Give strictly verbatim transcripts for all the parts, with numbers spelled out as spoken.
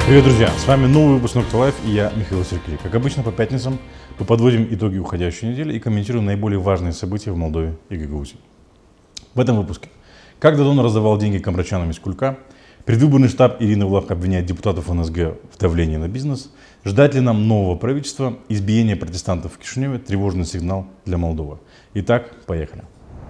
Привет, друзья! С вами новый выпуск Nocta Life и я, Михаил Серкель. Как обычно, по пятницам мы подводим итоги уходящей недели и комментируем наиболее важные события в Молдове и Гагаузии. В этом выпуске. Как Дадон раздавал деньги камрачанам из Кулька, предвыборный штаб Ирины Влах обвиняет депутатов эн эс гэ в давлении на бизнес, ждать ли нам нового правительства, избиение протестантов в Кишиневе, тревожный сигнал для Молдовы. Итак, поехали.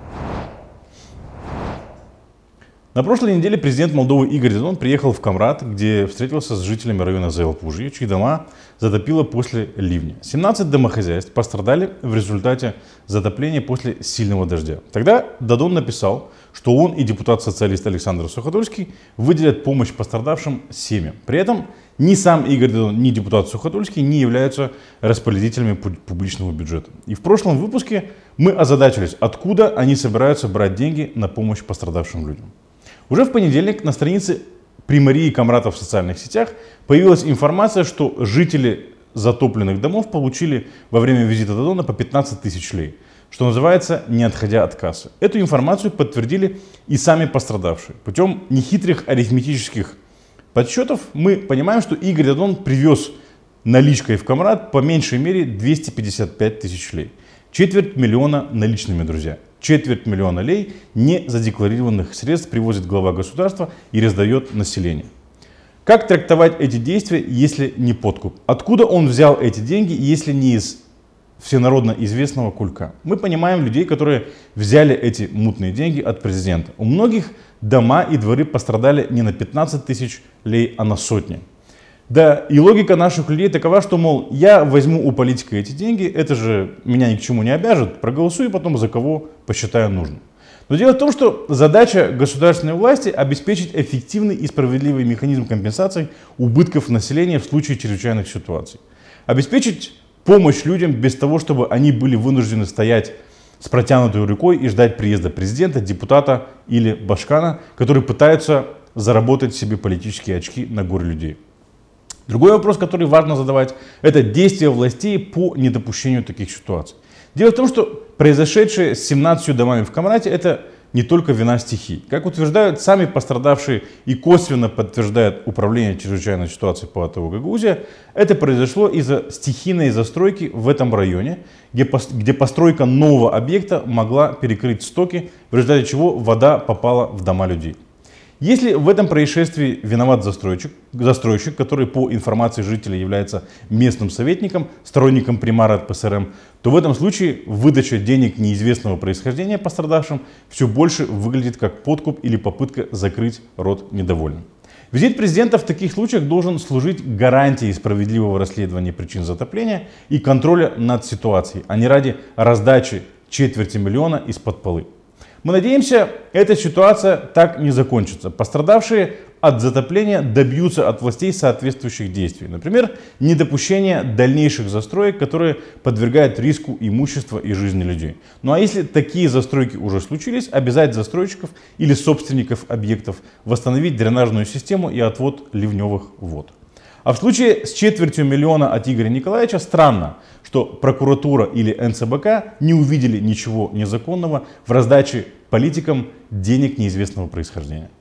На прошлой неделе президент Молдовы Игорь Дадон приехал в Камрат, где встретился с жителями района Заелпужье, чьи дома затопило после ливня. семнадцать домохозяйств пострадали в результате затопления после сильного дождя. Тогда Дадон написал, что он и депутат-социалист Александр Суходольский выделят помощь пострадавшим семьям. При этом ни сам Игорь Дадон, ни депутат Суходольский не являются распорядителями публичного бюджета. И в прошлом выпуске мы озадачились, откуда они собираются брать деньги на помощь пострадавшим людям. Уже в понедельник на странице Примарии Камрата в социальных сетях появилась информация, что жители затопленных домов получили во время визита Дадона по пятнадцать тысяч лей, что называется, не отходя от кассы. Эту информацию подтвердили и сами пострадавшие. Путем нехитрых арифметических подсчетов мы понимаем, что Игорь Дадон привез наличкой в Камрат по меньшей мере двести пятьдесят пять тысяч лей. Четверть миллиона наличными, друзья. Четверть миллиона лей незадекларированных средств привозит глава государства и раздает населению. Как трактовать эти действия, если не подкуп? Откуда он взял эти деньги, если не из всенародно известного Кулька? Мы понимаем людей, которые взяли эти мутные деньги от президента. У многих дома и дворы пострадали не на пятнадцать тысяч лей, а на сотни. Да, и логика наших людей такова, что, мол, я возьму у политика эти деньги, это же меня ни к чему не обяжет, проголосую потом за кого посчитаю нужным. Но дело в том, что задача государственной власти обеспечить эффективный и справедливый механизм компенсации убытков населения в случае чрезвычайных ситуаций. Обеспечить помощь людям без того, чтобы они были вынуждены стоять с протянутой рукой и ждать приезда президента, депутата или башкана, которые пытаются заработать себе политические очки на горе людей. Другой вопрос, который важно задавать, это действия властей по недопущению таких ситуаций. Дело в том, что произошедшее с семнадцатью домами в Камрате это не только вина стихий. Как утверждают сами пострадавшие и косвенно подтверждает управление чрезвычайной ситуацией по АТО Гагаузия, это произошло из-за стихийной застройки в этом районе, где, где постройка нового объекта могла перекрыть стоки, в результате чего вода попала в дома людей. Если в этом происшествии виноват застройщик, застройщик, который по информации жителей является местным советником, сторонником примара от пэ эс эр эм, то в этом случае выдача денег неизвестного происхождения пострадавшим все больше выглядит как подкуп или попытка закрыть рот недовольным. Визит президента в таких случаях должен служить гарантией справедливого расследования причин затопления и контроля над ситуацией, а не ради раздачи четверти миллиона из-под полы. Мы надеемся, эта ситуация так не закончится. Пострадавшие от затопления добьются от властей соответствующих действий. Например, недопущение дальнейших застроек, которые подвергают риску имущества и жизни людей. Ну а если такие застройки уже случились, обязать застройщиков или собственников объектов восстановить дренажную систему и отвод ливневых вод. А в случае с четвертью миллиона от Игоря Николаевича странно, что прокуратура или эн цэ бэ ка не увидели ничего незаконного в раздаче политикам денег неизвестного происхождения.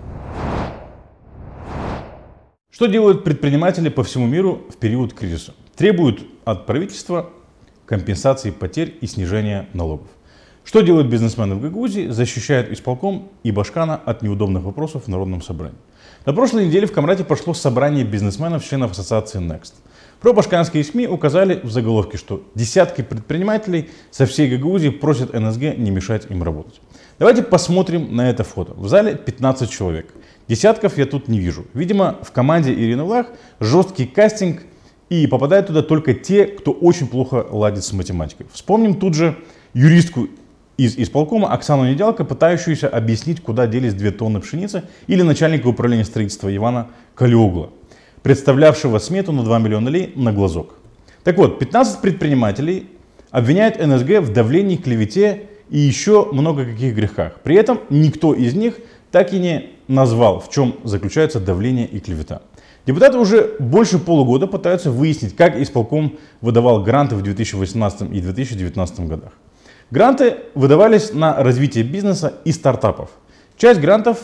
Что делают предприниматели по всему миру в период кризиса? Требуют от правительства компенсации потерь и снижения налогов. Что делают бизнесмены в Гагаузии? Защищают исполком и башкана от неудобных вопросов в народном собрании. На прошлой неделе в Камрате прошло собрание бизнесменов, членов ассоциации Next. Пробашканские СМИ указали в заголовке, что десятки предпринимателей со всей Гагаузии просят эн эс гэ не мешать им работать. Давайте посмотрим на это фото. В зале пятнадцать человек. Десятков я тут не вижу. Видимо, в команде Ирины Влах жесткий кастинг, и попадают туда только те, кто очень плохо ладит с математикой. Вспомним тут же юристку из исполкома Оксану Недялко, пытающуюся объяснить, куда делись две тонны пшеницы, или начальника управления строительства Ивана Калиогла, представлявшего смету на два миллиона лей на глазок. Так вот, пятнадцать предпринимателей обвиняют эн эс гэ в давлении, клевете и еще много каких грехах. При этом никто из них так и не назвал, в чем заключается давление и клевета. Депутаты уже больше полугода пытаются выяснить, как исполком выдавал гранты в две тысячи восемнадцатом и две тысячи девятнадцатом годах. Гранты выдавались на развитие бизнеса и стартапов. Часть грантов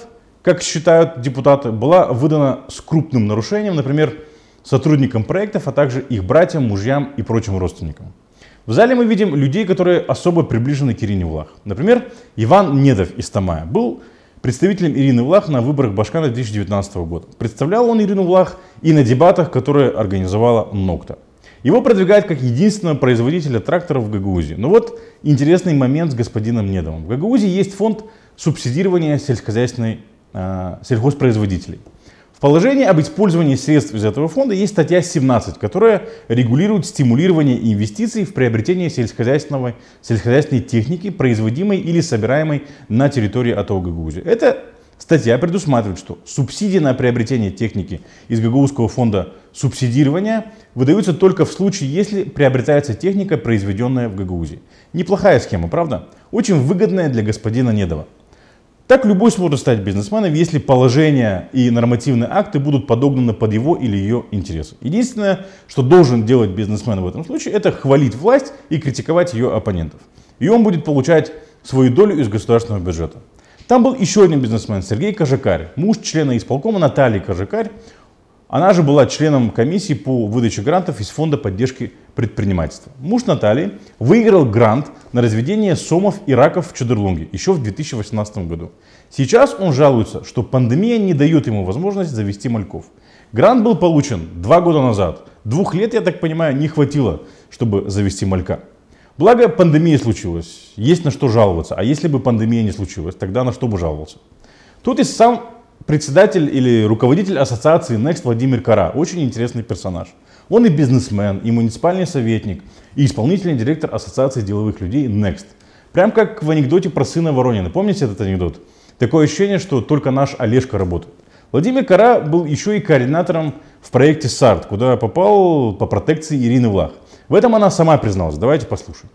как считают депутаты, была выдана с крупным нарушением, например, сотрудникам проектов, а также их братьям, мужьям и прочим родственникам. В зале мы видим людей, которые особо приближены к Ирине Влах. Например, Иван Недов из Тамая был представителем Ирины Влах на выборах Башкана две тысячи девятнадцатого года. Представлял он Ирину Влах и на дебатах, которые организовала Нокта. Его продвигают как единственного производителя тракторов в Гагаузии. Но вот интересный момент с господином Недовым. В Гагаузии есть фонд субсидирования сельскохозяйственной, э, сельхозпроизводителей. В положении об использовании средств из этого фонда есть статья семнадцать, которая регулирует стимулирование инвестиций в приобретение сельскохозяйственной, сельскохозяйственной техники, производимой или собираемой на территории АТО Гагаузии. Эта статья предусматривает, что субсидии на приобретение техники из Гагаузского фонда субсидирования выдаются только в случае, если приобретается техника, произведенная в Гагаузии. Неплохая схема, правда? Очень выгодная для господина Недова. Так любой сможет стать бизнесменом, если положения и нормативные акты будут подогнаны под его или ее интересы. Единственное, что должен делать бизнесмен в этом случае, это хвалить власть и критиковать ее оппонентов. И он будет получать свою долю из государственного бюджета. Там был еще один бизнесмен, Сергей Кожекарь, муж члена исполкома Натальи Кожекарь. Она же была членом комиссии по выдаче грантов из фонда поддержки предпринимательства. Муж Натальи выиграл грант на разведение сомов и раков в Чудерлунге еще в две тысячи восемнадцатом году. Сейчас он жалуется, что пандемия не дает ему возможность завести мальков. Грант был получен два года назад. Двух лет, я так понимаю, не хватило, чтобы завести малька. Благо пандемия случилась, есть на что жаловаться. А если бы пандемия не случилась, тогда на что бы жаловался? Тут и сам председатель или руководитель ассоциации Next Владимир Кара. Очень интересный персонаж. Он и бизнесмен, и муниципальный советник, и исполнительный директор ассоциации деловых людей Next. Прям как в анекдоте про сына Воронина. Помните этот анекдот? Такое ощущение, что только наш Олежка работает. Владимир Кара был еще и координатором в проекте САРТ, куда попал по протекции Ирины Влах. В этом она сама призналась. Давайте послушаем.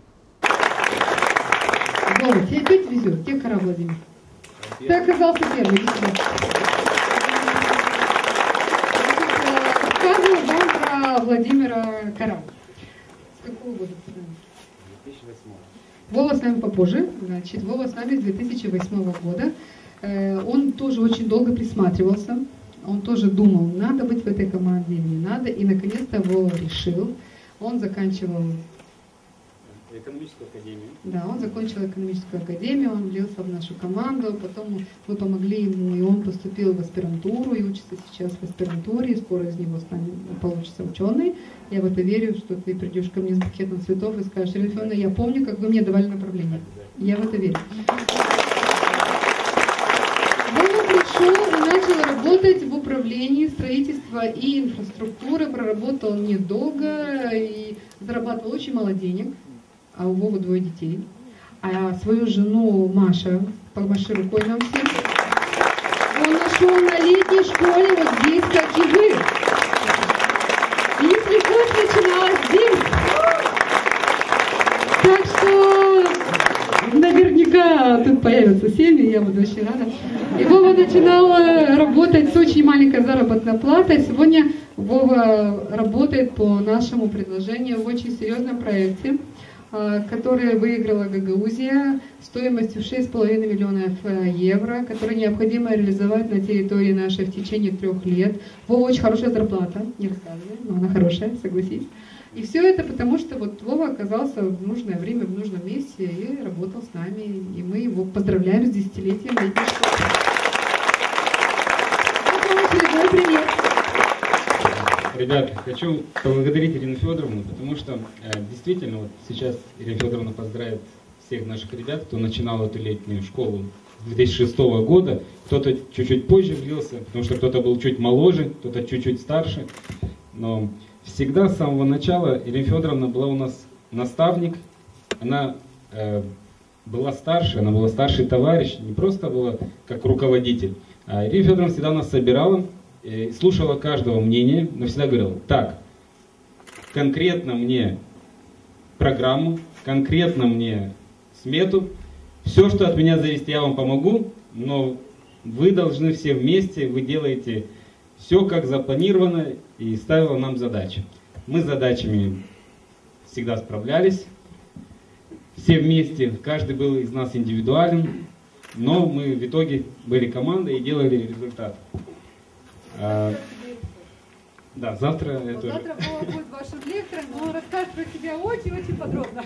Вова, тебе опять везет. Тебе Кара, Владимир. Ты оказался первый. Рассказываю вам про Владимира Кара. С какого года? две тысячи восьмого. Вова с нами попозже. Значит, Вова с нами с две тысячи восьмого года. Он тоже очень долго присматривался. Он тоже думал, надо быть в этой команде или не надо. И наконец-то Вова решил. Он заканчивал Экономическую академию. Да, он закончил экономическую академию, он влился в нашу команду, потом мы помогли ему, и он поступил в аспирантуру, и учится сейчас в аспирантуре, и скоро из него станет, получится ученый. Я в это верю, что ты придешь ко мне с букетом цветов и скажешь: Ирина Федоровна, я помню, как вы мне давали направление. Я в это верю. Он пришел и начал работать в управлении строительства и инфраструктуры, проработал недолго и зарабатывал очень мало денег. А у Вовы двое детей. А свою жену Маша, помаши рукой нам всем, он нашел на летней школе вот здесь, как и вы. И их любовь начиналась здесь. Так что наверняка тут появятся семьи, я буду очень рада. И Вова начинал работать с очень маленькой заработной платой. Сегодня Вова работает по нашему предложению в очень серьезном проекте, которая выиграла Гагаузия стоимостью шесть с половиной миллионов евро, который необходимо реализовать на территории нашей в течение трех лет. Вова очень хорошая зарплата, не рассказывай, но она хорошая, согласись. И все это потому, что вот Вова оказался в нужное время, в нужном месте и работал с нами. И мы его поздравляем с десятилетием летней школы. Вот вам очередной пример. Ребята, хочу поблагодарить Ирину Федоровну, потому что э, действительно вот сейчас Ирина Федоровна поздравит всех наших ребят, кто начинал эту летнюю школу с две тысячи шестого года. Кто-то чуть-чуть позже влился, потому что кто-то был чуть моложе, кто-то чуть-чуть старше. Но всегда с самого начала Ирина Федоровна была у нас наставник. Она э, была старше, она была старший товарищ, не просто была как руководитель. А Ирина Федоровна всегда нас собирала, слушала каждого мнения, но всегда говорила: так, конкретно мне программу, конкретно мне смету, все, что от меня зависит, я вам помогу, но вы должны все вместе, вы делаете все как запланировано, и ставила нам задачи. Мы с задачами всегда справлялись, все вместе, каждый был из нас индивидуален, но мы в итоге были командой и делали результат. А, да, завтра Ну, это завтра Вова будет вашим лектором, но он расскажет про себя очень-очень подробно.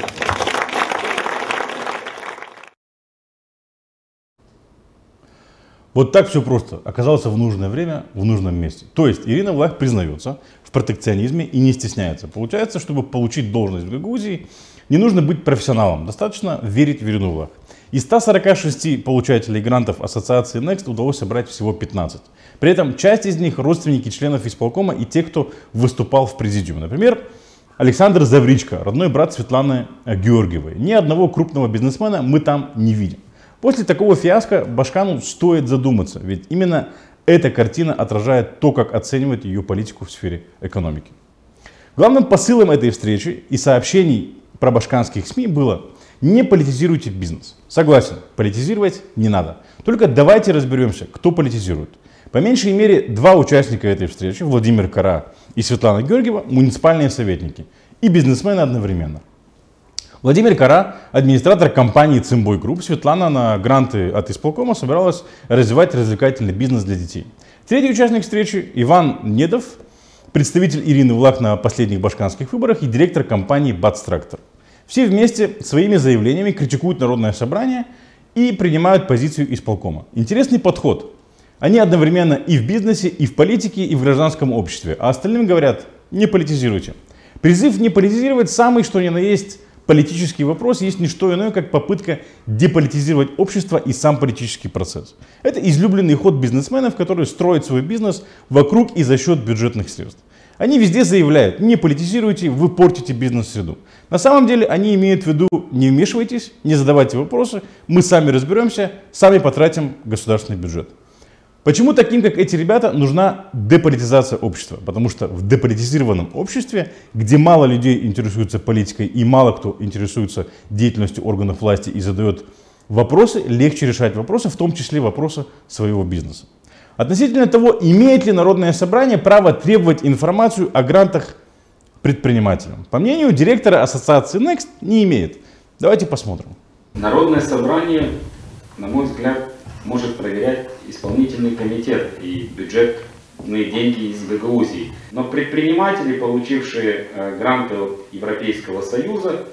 Вот так все просто. Оказался в нужное время, в нужном месте. То есть Ирина Влах признается в протекционизме и не стесняется. Получается, чтобы получить должность в Гагаузии, не нужно быть профессионалом, достаточно верить в Ирину Влах. Из ста сорока шести получателей грантов ассоциации Next удалось собрать всего пятнадцать. При этом часть из них родственники членов исполкома и те, кто выступал в президиуме. Например, Александр Завричко, родной брат Светланы Георгиевой. Ни одного крупного бизнесмена мы там не видим. После такого фиаско Башкану стоит задуматься, ведь именно эта картина отражает то, как оценивает ее политику в сфере экономики. Главным посылом этой встречи и сообщений про башканских СМИ было: не политизируйте бизнес. Согласен, политизировать не надо. Только давайте разберемся, кто политизирует. По меньшей мере два участника этой встречи, Владимир Кара и Светлана Георгиева, муниципальные советники и бизнесмены одновременно. Владимир Кара, администратор компании Цимбой Групп, Светлана на гранты от исполкома собиралась развивать развлекательный бизнес для детей. Третий участник встречи Иван Недов, представитель Ирины Влах на последних башканских выборах и директор компании Бацтрактор. Все вместе своими заявлениями критикуют Народное собрание и принимают позицию исполкома. Интересный подход. Они одновременно и в бизнесе, и в политике, и в гражданском обществе, а остальным говорят: не политизируйте. Призыв не политизировать самый что ни на есть политический вопрос есть не что иное, как попытка деполитизировать общество и сам политический процесс. Это излюбленный ход бизнесменов, которые строят свой бизнес вокруг и за счет бюджетных средств. Они везде заявляют: не политизируйте, вы портите бизнес-среду. На самом деле они имеют в виду: не вмешивайтесь, не задавайте вопросы, мы сами разберемся, сами потратим государственный бюджет. Почему таким, как эти ребята, нужна деполитизация общества? Потому что в деполитизированном обществе, где мало людей интересуются политикой и мало кто интересуется деятельностью органов власти и задает вопросы, легче решать вопросы, в том числе вопросы своего бизнеса. Относительно того, имеет ли Народное собрание право требовать информацию о грантах предпринимателям, по мнению директора ассоциации Next, не имеет. Давайте посмотрим. Народное собрание, на мой взгляд, может проверять исполнительный комитет и бюджетные деньги из Гагаузии. Но предприниматели, получившие э, гранты от Европейского Союза,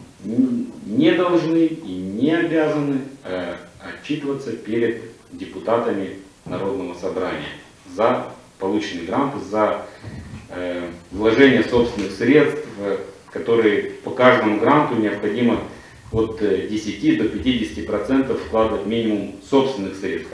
не должны и не обязаны э, отчитываться перед депутатами Народного собрания за полученные гранты, за э, вложение собственных средств, э, которые по каждому гранту необходимо от десяти до пятидесяти процентов вкладывать минимум собственных средств.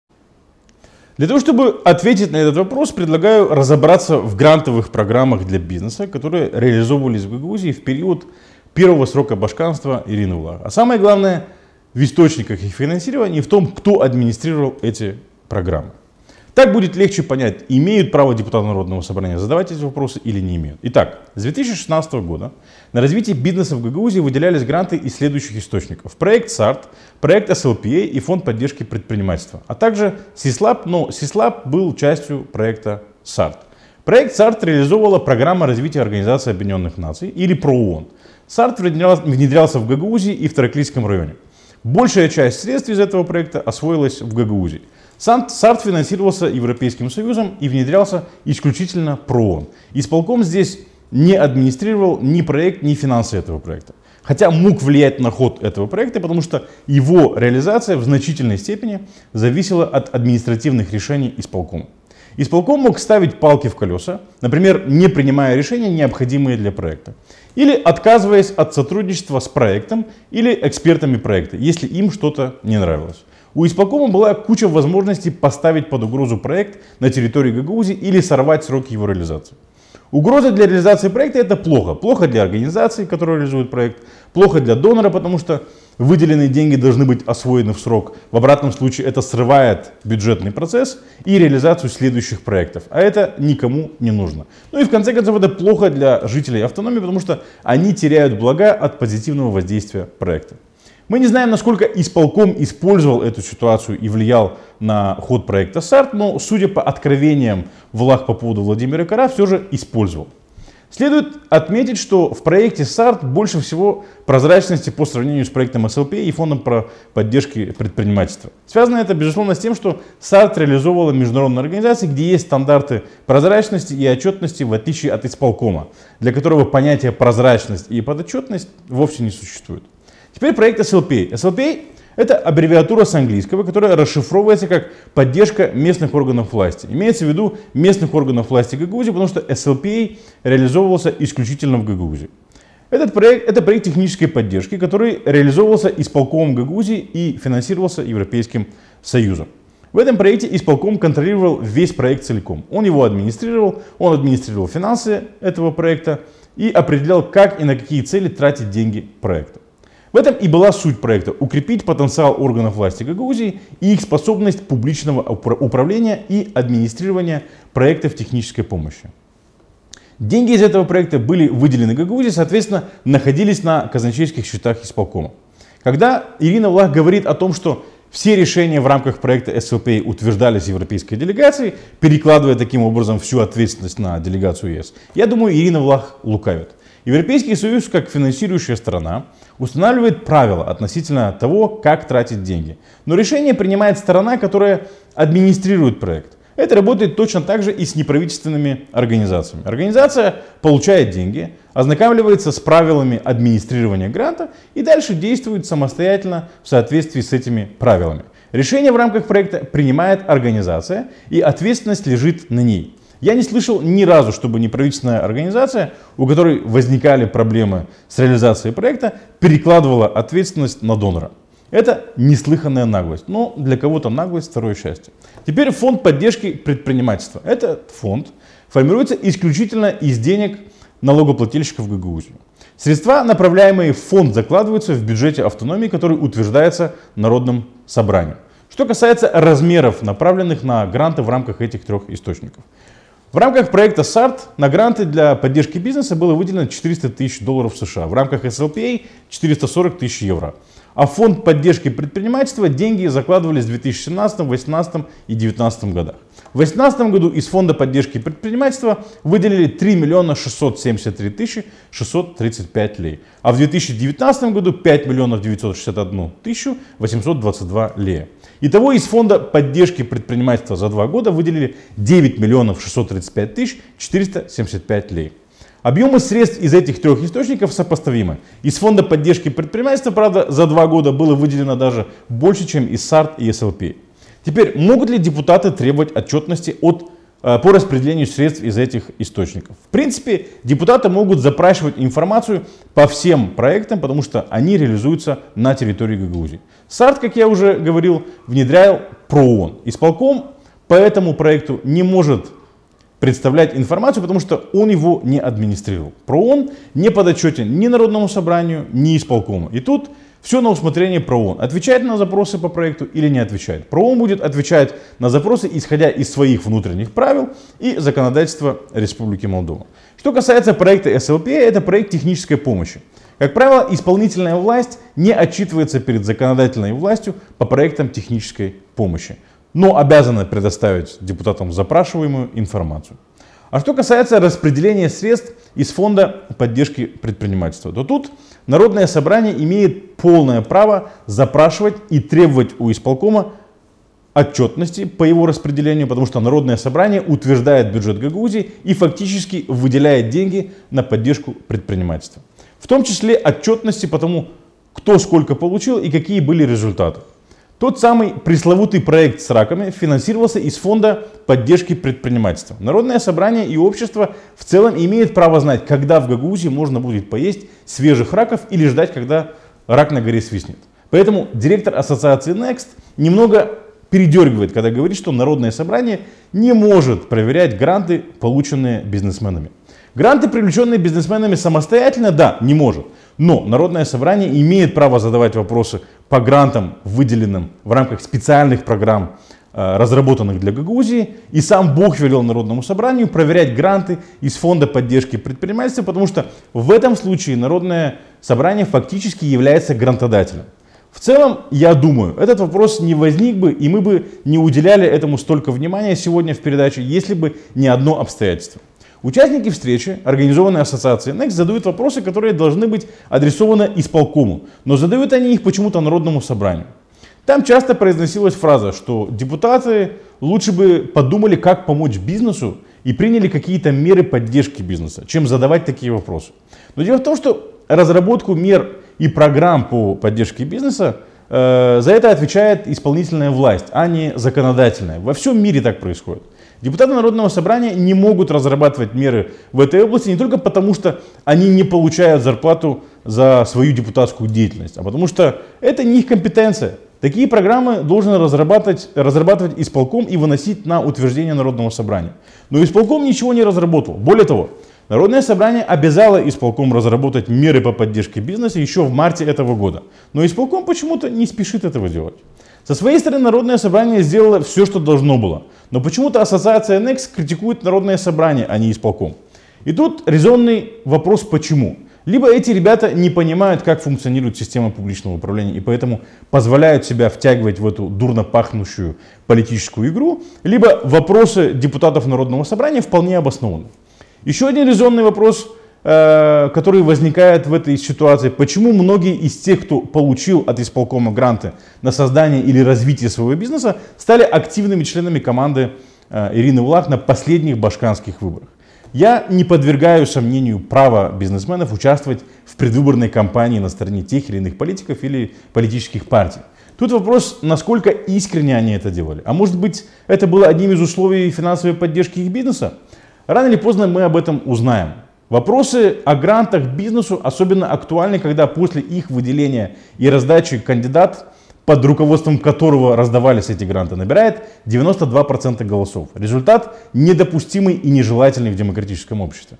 Для того, чтобы ответить на этот вопрос, предлагаю разобраться в грантовых программах для бизнеса, которые реализовывались в Гагаузии в период первого срока башканства Ирины Влах. А самое главное, в источниках их финансирования и в том, кто администрировал эти программы. Так будет легче понять, имеют право депутаты Народного собрания задавать эти вопросы или не имеют. Итак, с две тысячи шестнадцатого года на развитие бизнеса в Гагаузии выделялись гранты из следующих источников. Проект САРТ, проект эс эл пи эй и фонд поддержки предпринимательства, а также СИСЛАБ, но СИСЛАБ был частью проекта САРТ. Проект САРТ реализовывала программа развития Организации Объединенных Наций или ПРООН. САРТ внедрялся в Гагаузии и в Тараклийском районе. Большая часть средств из этого проекта освоилась в Гагаузии. САРТ финансировался Европейским Союзом и внедрялся исключительно ПРООН. Исполком здесь не администрировал ни проект, ни финансы этого проекта. Хотя мог влиять на ход этого проекта, потому что его реализация в значительной степени зависела от административных решений исполкома. Исполком мог ставить палки в колеса, например, не принимая решения, необходимые для проекта. Или отказываясь от сотрудничества с проектом или экспертами проекта, если им что-то не нравилось. У исполкома была куча возможностей поставить под угрозу проект на территории Гагаузии или сорвать сроки его реализации. Угроза для реализации проекта — это плохо. Плохо для организации, которая реализует проект, плохо для донора, потому что выделенные деньги должны быть освоены в срок. В обратном случае это срывает бюджетный процесс и реализацию следующих проектов. А это никому не нужно. Ну и в конце концов это плохо для жителей автономии, потому что они теряют блага от позитивного воздействия проекта. Мы не знаем, насколько исполком использовал эту ситуацию и влиял на ход проекта САРТ, но судя по откровениям Влах по поводу Владимира Кара, все же использовал. Следует отметить, что в проекте сарт больше всего прозрачности по сравнению с проектом эс эл пи и Фондом по поддержке предпринимательства. Связано это, безусловно, с тем, что сарт реализовывала международная организация, где есть стандарты прозрачности и отчетности, в отличие от исполкома, для которого понятие прозрачность и подотчетность вовсе не существует. Теперь проект эс эл пи. эс эл пи — это аббревиатура с английского, которая расшифровывается как поддержка местных органов власти. Имеется в виду местных органов власти Гагаузии, потому что эс эл пи реализовывался исключительно в Гагаузии. Этот проект — это проект технической поддержки, который реализовывался исполкомом Гагаузии и финансировался Европейским Союзом. В этом проекте исполком контролировал весь проект целиком. Он его администрировал, он администрировал финансы этого проекта и определял, как и на какие цели тратить деньги проекта. В этом и была суть проекта – укрепить потенциал органов власти Гагаузии и их способность публичного управления и администрирования проектов технической помощи. Деньги из этого проекта были выделены Гагаузии, соответственно, находились на казначейских счетах исполкома. Когда Ирина Влах говорит о том, что все решения в рамках проекта эс эл пи утверждались европейской делегацией, перекладывая таким образом всю ответственность на делегацию ЕС, я думаю, Ирина Влах лукавит. Европейский Союз, как финансирующая сторона, устанавливает правила относительно того, как тратить деньги. Но решение принимает сторона, которая администрирует проект. Это работает точно так же и с неправительственными организациями. Организация получает деньги, ознакомливается с правилами администрирования гранта и дальше действует самостоятельно в соответствии с этими правилами. Решение в рамках проекта принимает организация, и ответственность лежит на ней. Я не слышал ни разу, чтобы неправительственная организация, у которой возникали проблемы с реализацией проекта, перекладывала ответственность на донора. Это неслыханная наглость, но для кого-то наглость — второе счастье. Теперь фонд поддержки предпринимательства. Этот фонд формируется исключительно из денег налогоплательщиков Гагаузии. Средства, направляемые в фонд, закладываются в бюджете автономии, который утверждается Народным собранием. Что касается размеров, направленных на гранты в рамках этих трех источников. В рамках проекта сарт на гранты для поддержки бизнеса было выделено четыреста тысяч долларов США, в рамках эс эл пи четыреста сорок тысяч евро. А в фонд поддержки предпринимательства деньги закладывались в две тысячи семнадцатом, две тысячи восемнадцатом и две тысячи девятнадцатом годах. В две тысячи восемнадцатом году из фонда поддержки предпринимательства выделили три миллиона шестьсот семьдесят три тысячи шестьсот тридцать пять лей, а в две тысячи девятнадцатом году пять миллионов девятьсот шестьдесят одну тысячу восемьсот двадцать два лея. Итого из фонда поддержки предпринимательства за два года выделили девять миллионов шестьсот тридцать пять тысяч четыреста семьдесят пять лей. Объемы средств из этих трех источников сопоставимы. Из фонда поддержки предпринимательства, правда, за два года было выделено даже больше, чем из сарт и эс эл пи. Теперь, могут ли депутаты требовать отчетности от, э, по распределению средств из этих источников? В принципе, депутаты могут запрашивать информацию по всем проектам, потому что они реализуются на территории Гагаузии. сарт, как я уже говорил, внедрял ПРООН. Исполком по этому проекту не может представлять информацию, потому что он его не администрировал. ПРООН не подотчетен ни Народному собранию, ни исполкому. И тут все на усмотрение ПРООН. Отвечает на запросы по проекту или не отвечает. ПРООН будет отвечать на запросы, исходя из своих внутренних правил и законодательства Республики Молдова. Что касается проекта эс эл пи, это проект технической помощи. Как правило, исполнительная власть не отчитывается перед законодательной властью по проектам технической помощи, но обязаны предоставить депутатам запрашиваемую информацию. А что касается распределения средств из фонда поддержки предпринимательства, то тут Народное собрание имеет полное право запрашивать и требовать у исполкома отчетности по его распределению, потому что Народное собрание утверждает бюджет Гагаузии и фактически выделяет деньги на поддержку предпринимательства. В том числе отчетности по тому, кто сколько получил и какие были результаты. Тот самый пресловутый проект с раками финансировался из фонда поддержки предпринимательства. Народное собрание и общество в целом имеют право знать, когда в Гагаузии можно будет поесть свежих раков или ждать, когда рак на горе свистнет. Поэтому директор ассоциации Next немного передергивает, когда говорит, что Народное собрание не может проверять гранты, полученные бизнесменами. Гранты, привлеченные бизнесменами самостоятельно, да, не может. Но Народное собрание имеет право задавать вопросы по грантам, выделенным в рамках специальных программ, разработанных для Гагаузии. И сам Бог велел Народному собранию проверять гранты из фонда поддержки предпринимательства, потому что в этом случае Народное собрание фактически является грантодателем. В целом, я думаю, этот вопрос не возник бы, и мы бы не уделяли этому столько внимания сегодня в передаче, если бы не одно обстоятельство. Участники встречи, организованной ассоциацией Next, задают вопросы, которые должны быть адресованы исполкому, но задают они их почему-то Народному собранию. Там часто произносилась фраза, что депутаты лучше бы подумали, как помочь бизнесу и приняли какие-то меры поддержки бизнеса, чем задавать такие вопросы. Но дело в том, что разработку мер и программ по поддержке бизнеса э, за это отвечает исполнительная власть, а не законодательная. Во всем мире так происходит. Депутаты Народного собрания не могут разрабатывать меры в этой области не только потому, что они не получают зарплату за свою депутатскую деятельность, а потому что это не их компетенция. Такие программы должен разрабатывать, разрабатывать исполком и выносить на утверждение Народного собрания. Но исполком ничего не разработал. Более того, Народное собрание обязало исполком разработать меры по поддержке бизнеса еще в марте этого года. Но исполком почему-то не спешит этого делать. Со своей стороны Народное собрание сделало все, что должно было. Но почему-то ассоциация Next критикует Народное собрание, а не исполком. И тут резонный вопрос «почему?». Либо эти ребята не понимают, как функционирует система публичного управления и поэтому позволяют себя втягивать в эту дурно пахнущую политическую игру, либо вопросы депутатов Народного собрания вполне обоснованы. Еще один резонный вопрос, э, который возникает в этой ситуации: почему многие из тех, кто получил от исполкома гранты на создание или развитие своего бизнеса, стали активными членами команды э, Ирины Влах на последних башканских выборах? Я не подвергаю сомнению права бизнесменов участвовать в предвыборной кампании на стороне тех или иных политиков или политических партий. Тут вопрос, насколько искренне они это делали. А может быть, это было одним из условий финансовой поддержки их бизнеса? Рано или поздно мы об этом узнаем. Вопросы о грантах бизнесу особенно актуальны, когда после их выделения и раздачи кандидат, под руководством которого раздавались эти гранты, набирает девяносто два процента голосов. Результат недопустимый и нежелательный в демократическом обществе.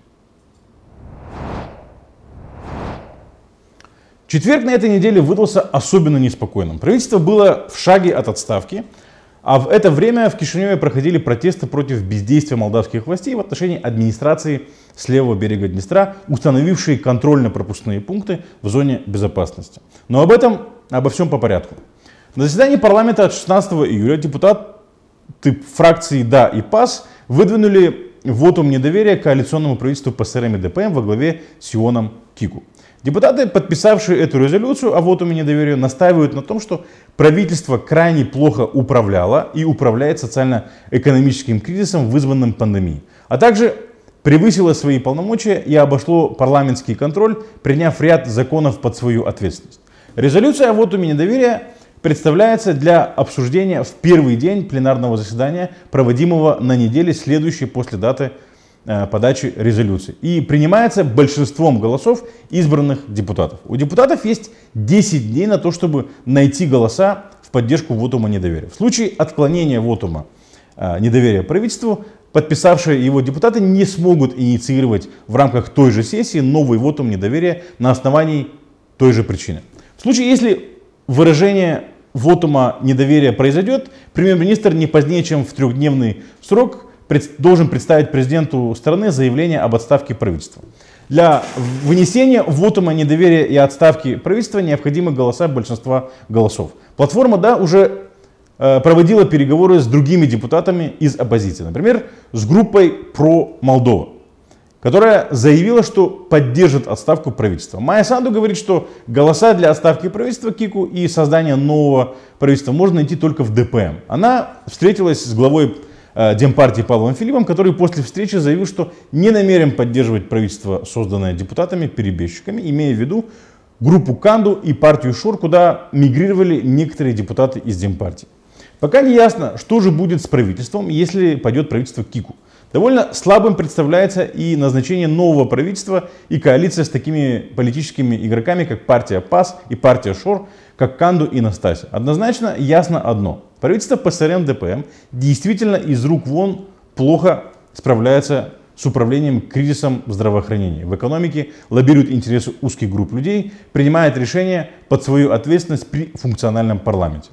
Четверг на этой неделе выдался особенно неспокойным. Правительство было в шаге от отставки, а в это время в Кишиневе проходили протесты против бездействия молдавских властей в отношении администрации с левого берега Днестра, установившей контрольно-пропускные пункты в зоне безопасности. Но об этом, обо всем по порядку. На заседании парламента от шестнадцатого июля депутаты фракции «Да» и «ПАС» выдвинули вотум недоверия коалиционному правительству ПСРМ и ДПМ во главе с Ионом Кику. Депутаты, подписавшие эту резолюцию о вотуме недоверия, настаивают на том, что правительство крайне плохо управляло и управляет социально-экономическим кризисом, вызванным пандемией, а также превысило свои полномочия и обошло парламентский контроль, приняв ряд законов под свою ответственность. Резолюция о вотуме недоверия представляется для обсуждения в первый день пленарного заседания, проводимого на неделе, следующей после даты э, подачи резолюции, и принимается большинством голосов избранных депутатов. У депутатов есть десять дней на то, чтобы найти голоса в поддержку вотума недоверия. В случае отклонения вотума э, недоверия правительству, подписавшие его депутаты не смогут инициировать в рамках той же сессии новый вотум недоверия на основании той же причины. В случае, если выражение вотума недоверия произойдет, премьер-министр не позднее, чем в трехдневный срок должен представить президенту страны заявление об отставке правительства. Для вынесения вотума недоверия и отставки правительства необходимы голоса большинства голосов. Платформа «Да» уже э, проводила переговоры с другими депутатами из оппозиции, например, с группой «Про Молдова», которая заявила, что поддержит отставку правительства. Майя Санду говорит, что голоса для отставки правительства Кику и создания нового правительства можно найти только в ДПМ. Она встретилась с главой э, Демпартии Павлом Филиппом, который после встречи заявил, что не намерен поддерживать правительство, созданное депутатами-перебежчиками, имея в виду группу Канду и партию Шор, куда мигрировали некоторые депутаты из Демпартии. Пока не ясно, что же будет с правительством, если пойдет правительство Кику. Довольно слабым представляется и назначение нового правительства и коалиция с такими политическими игроками, как партия ПАС и партия Шор, как Канду и Настасья. Однозначно ясно одно. Правительство ПСРМ-ДПМ действительно из рук вон плохо справляется с управлением кризисом в здравоохранении, в экономике, лоббирует интересы узких групп людей, принимает решения под свою ответственность при функциональном парламенте.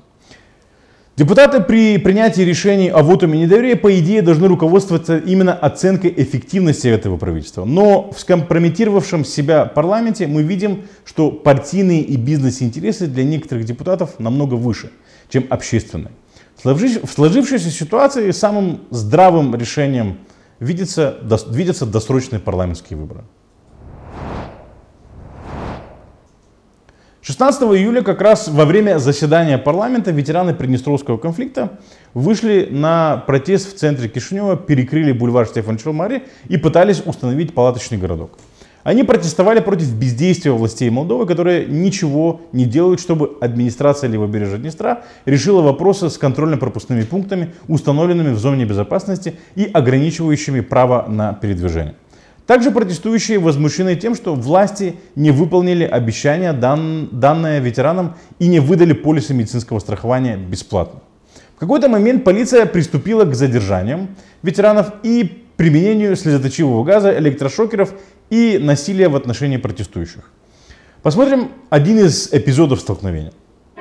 Депутаты при принятии решений о вотуме недоверия, по идее, должны руководствоваться именно оценкой эффективности этого правительства. Но в скомпрометировавшем себя парламенте мы видим, что партийные и бизнес-интересы для некоторых депутатов намного выше, чем общественные. В сложившейся ситуации самым здравым решением видятся, видятся досрочные парламентские выборы. шестнадцатого июля, как раз во время заседания парламента, ветераны Приднестровского конфликта вышли на протест в центре Кишинева, перекрыли бульвар Штефан-Челмари и пытались установить палаточный городок. Они протестовали против бездействия властей Молдовы, которые ничего не делают, чтобы администрация левобережья Днестра решила вопросы с контрольно-пропускными пунктами, установленными в зоне безопасности и ограничивающими право на передвижение. Также протестующие возмущены тем, что власти не выполнили обещания, дан, данные ветеранам, и не выдали полисы медицинского страхования бесплатно. В какой-то момент полиция приступила к задержаниям ветеранов и применению слезоточивого газа, электрошокеров и насилия в отношении протестующих. Посмотрим один из эпизодов столкновения.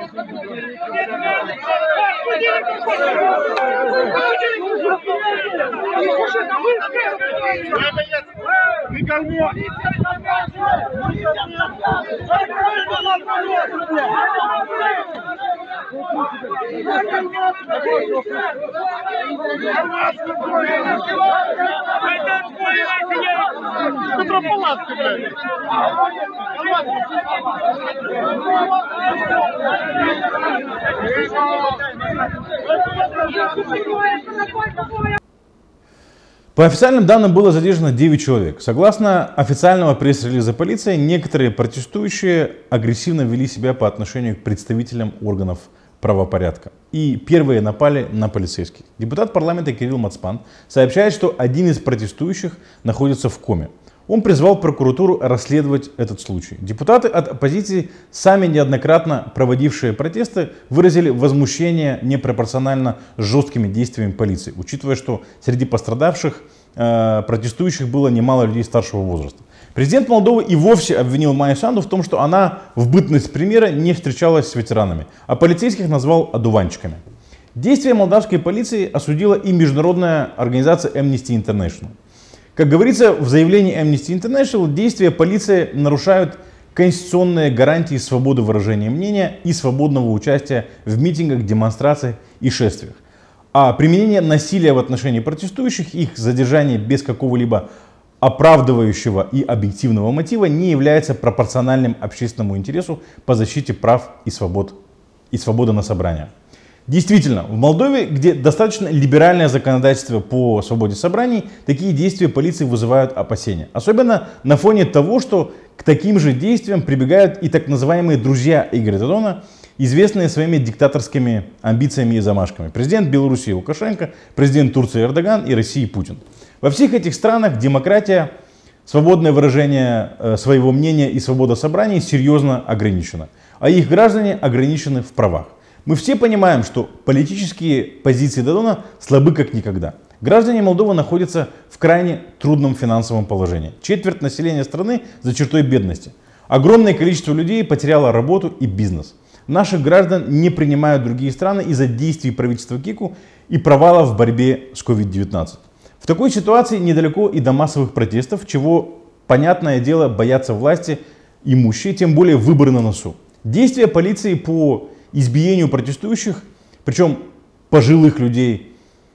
По официальным данным было задержано девять человек. Согласно официального пресс-релиза полиции, некоторые протестующие агрессивно вели себя по отношению к представителям органов правопорядка. И первые напали на полицейских. Депутат парламента Кирилл Мацпан сообщает, что один из протестующих находится в коме. Он призвал прокуратуру расследовать этот случай. Депутаты от оппозиции, сами неоднократно проводившие протесты, выразили возмущение непропорционально жесткими действиями полиции, учитывая, что среди пострадавших э, протестующих было немало людей старшего возраста. Президент Молдовы и вовсе обвинил Майю Санду в том, что она в бытность премьера не встречалась с ветеранами, а полицейских назвал одуванчиками. Действия молдавской полиции осудила и международная организация Amnesty International. Как говорится в заявлении Amnesty International, действия полиции нарушают конституционные гарантии свободы выражения мнения и свободного участия в митингах, демонстрациях и шествиях. А применение насилия в отношении протестующих, их задержание без какого-либо оправдывающего и объективного мотива не является пропорциональным общественному интересу по защите прав и свобод и свободы на собрание. Действительно, в Молдове, где достаточно либеральное законодательство по свободе собраний, такие действия полиции вызывают опасения. Особенно на фоне того, что к таким же действиям прибегают и так называемые друзья Игоря Додона, известные своими диктаторскими амбициями и замашками. Президент Белоруссии Лукашенко, президент Турции Эрдоган и России Путин. Во всех этих странах демократия, свободное выражение своего мнения и свобода собраний серьезно ограничена, а их граждане ограничены в правах. Мы все понимаем, что политические позиции Додона слабы как никогда. Граждане Молдовы находятся в крайне трудном финансовом положении. Четверть населения страны за чертой бедности. Огромное количество людей потеряло работу и бизнес. Наших граждан не принимают другие страны из-за действий правительства Кику и провала в борьбе с ковид девятнадцать. В такой ситуации недалеко и до массовых протестов, чего, понятное дело, боятся власти имущие, тем более выборы на носу. Действия полиции по избиению протестующих, причем пожилых людей,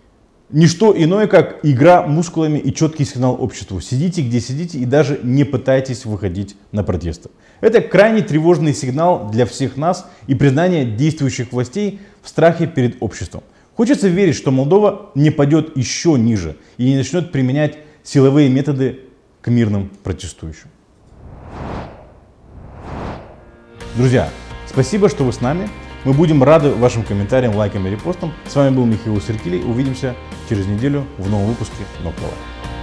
ничто иное, как игра мускулами и четкий сигнал обществу. Сидите, где сидите, и даже не пытайтесь выходить на протесты. Это крайне тревожный сигнал для всех нас и признание действующих властей в страхе перед обществом. Хочется верить, что Молдова не пойдет еще ниже и не начнет применять силовые методы к мирным протестующим. Друзья, спасибо, что вы с нами. Мы будем рады вашим комментариям, лайкам и репостам. С вами был Михаил Серкилий. Увидимся через неделю в новом выпуске Нокрова.